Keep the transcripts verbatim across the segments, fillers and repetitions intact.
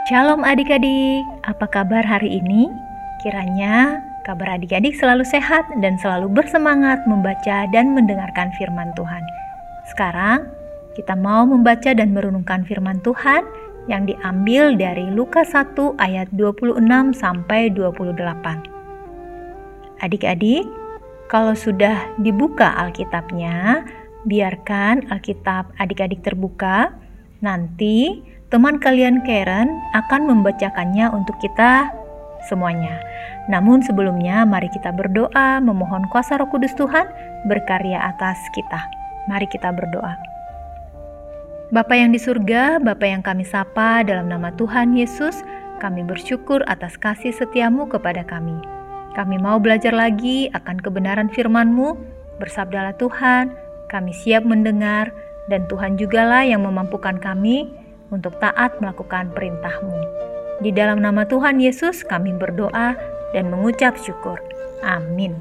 Shalom adik-adik, apa kabar hari ini? Kiranya kabar adik-adik selalu sehat dan selalu bersemangat membaca dan mendengarkan firman Tuhan. Sekarang kita mau membaca dan merenungkan firman Tuhan yang diambil dari Lukas satu ayat dua puluh enam sampai dua puluh delapan. Adik-adik, kalau sudah dibuka Alkitabnya, biarkan Alkitab adik-adik terbuka. Nanti teman kalian Karen akan membacakannya untuk kita semuanya. Namun sebelumnya mari kita berdoa memohon kuasa Roh Kudus Tuhan berkarya atas kita. Mari kita berdoa. Bapa yang di surga, Bapa yang kami sapa dalam nama Tuhan Yesus, kami bersyukur atas kasih setiamu kepada kami. Kami mau belajar lagi akan kebenaran firman-Mu. Bersabdalah Tuhan, kami siap mendengar, dan Tuhan jugalah yang memampukan kami untuk taat melakukan perintah-Mu. Di dalam nama Tuhan Yesus kami berdoa dan mengucap syukur. Amin.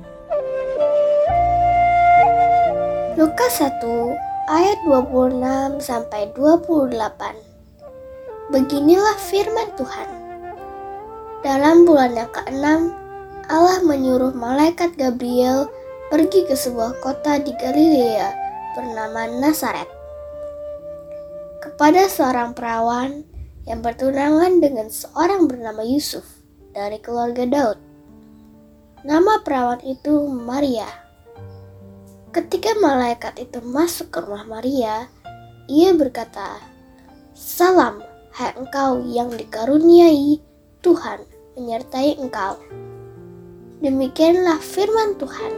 Lukas satu ayat dua puluh enam sampai dua puluh delapan. Beginilah firman Tuhan. Dalam bulan yang keenam, Allah menyuruh malaikat Gabriel pergi ke sebuah kota di Galilea bernama Nazaret, kepada seorang perawan yang bertunangan dengan seorang bernama Yusuf dari keluarga Daud. Nama perawan itu Maria. Ketika malaikat itu masuk ke rumah Maria, ia berkata, "Salam, hai engkau yang dikaruniai, Tuhan menyertai engkau." Demikianlah firman Tuhan.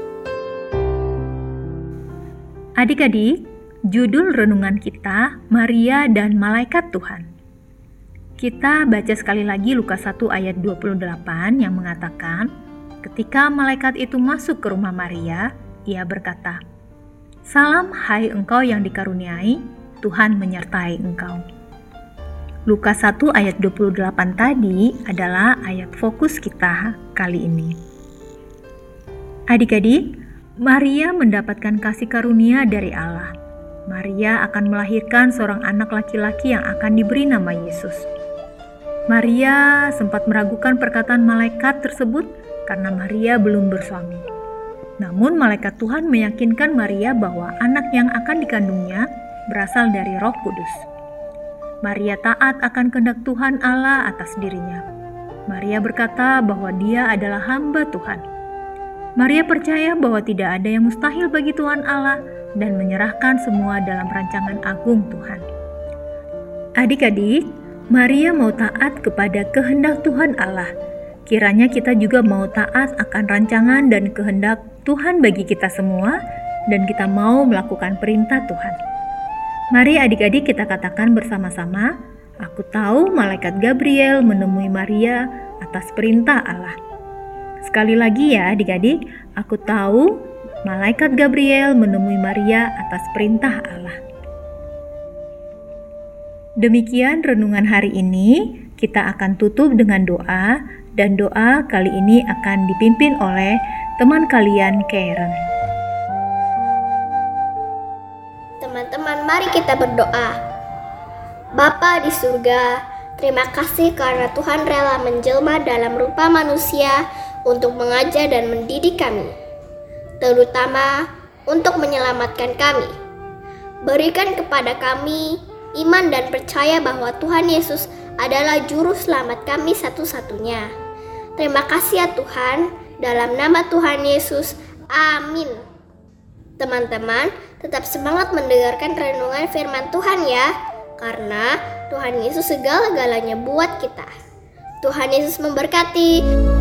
Adik-adik, judul renungan kita, Maria dan Malaikat Tuhan. Kita baca sekali lagi Lukas satu ayat dua puluh delapan yang mengatakan, ketika malaikat itu masuk ke rumah Maria, ia berkata, "Salam hai engkau yang dikaruniai, Tuhan menyertai engkau." Lukas satu ayat dua puluh delapan tadi adalah ayat fokus kita kali ini. Adik-adik, Maria mendapatkan kasih karunia dari Allah. Maria akan melahirkan seorang anak laki-laki yang akan diberi nama Yesus. Maria sempat meragukan perkataan malaikat tersebut karena Maria belum bersuami. Namun malaikat Tuhan meyakinkan Maria bahwa anak yang akan dikandungnya berasal dari Roh Kudus. Maria taat akan kehendak Tuhan Allah atas dirinya. Maria berkata bahwa dia adalah hamba Tuhan. Maria percaya bahwa tidak ada yang mustahil bagi Tuhan Allah dan menyerahkan semua dalam rancangan agung Tuhan. Adik-adik, Maria mau taat kepada kehendak Tuhan Allah. Kiranya kita juga mau taat akan rancangan dan kehendak Tuhan bagi kita semua, dan kita mau melakukan perintah Tuhan. Mari adik-adik kita katakan bersama-sama, "Aku tahu malaikat Gabriel menemui Maria atas perintah Allah." Sekali lagi ya adik-adik, aku tahu malaikat Gabriel menemui Maria atas perintah Allah. Demikian renungan hari ini, kita akan tutup dengan doa, dan doa kali ini akan dipimpin oleh teman kalian Karen. Teman-teman, mari kita berdoa. Bapa di surga, terima kasih karena Tuhan rela menjelma dalam rupa manusia untuk mengajar dan mendidik kami, terutama untuk menyelamatkan kami. Berikan kepada kami iman dan percaya bahwa Tuhan Yesus adalah juru selamat kami satu-satunya. Terima kasih ya Tuhan, dalam nama Tuhan Yesus, amin. Teman-teman, tetap semangat mendengarkan renungan firman Tuhan ya, karena Tuhan Yesus segala-galanya buat kita. Tuhan Yesus memberkati.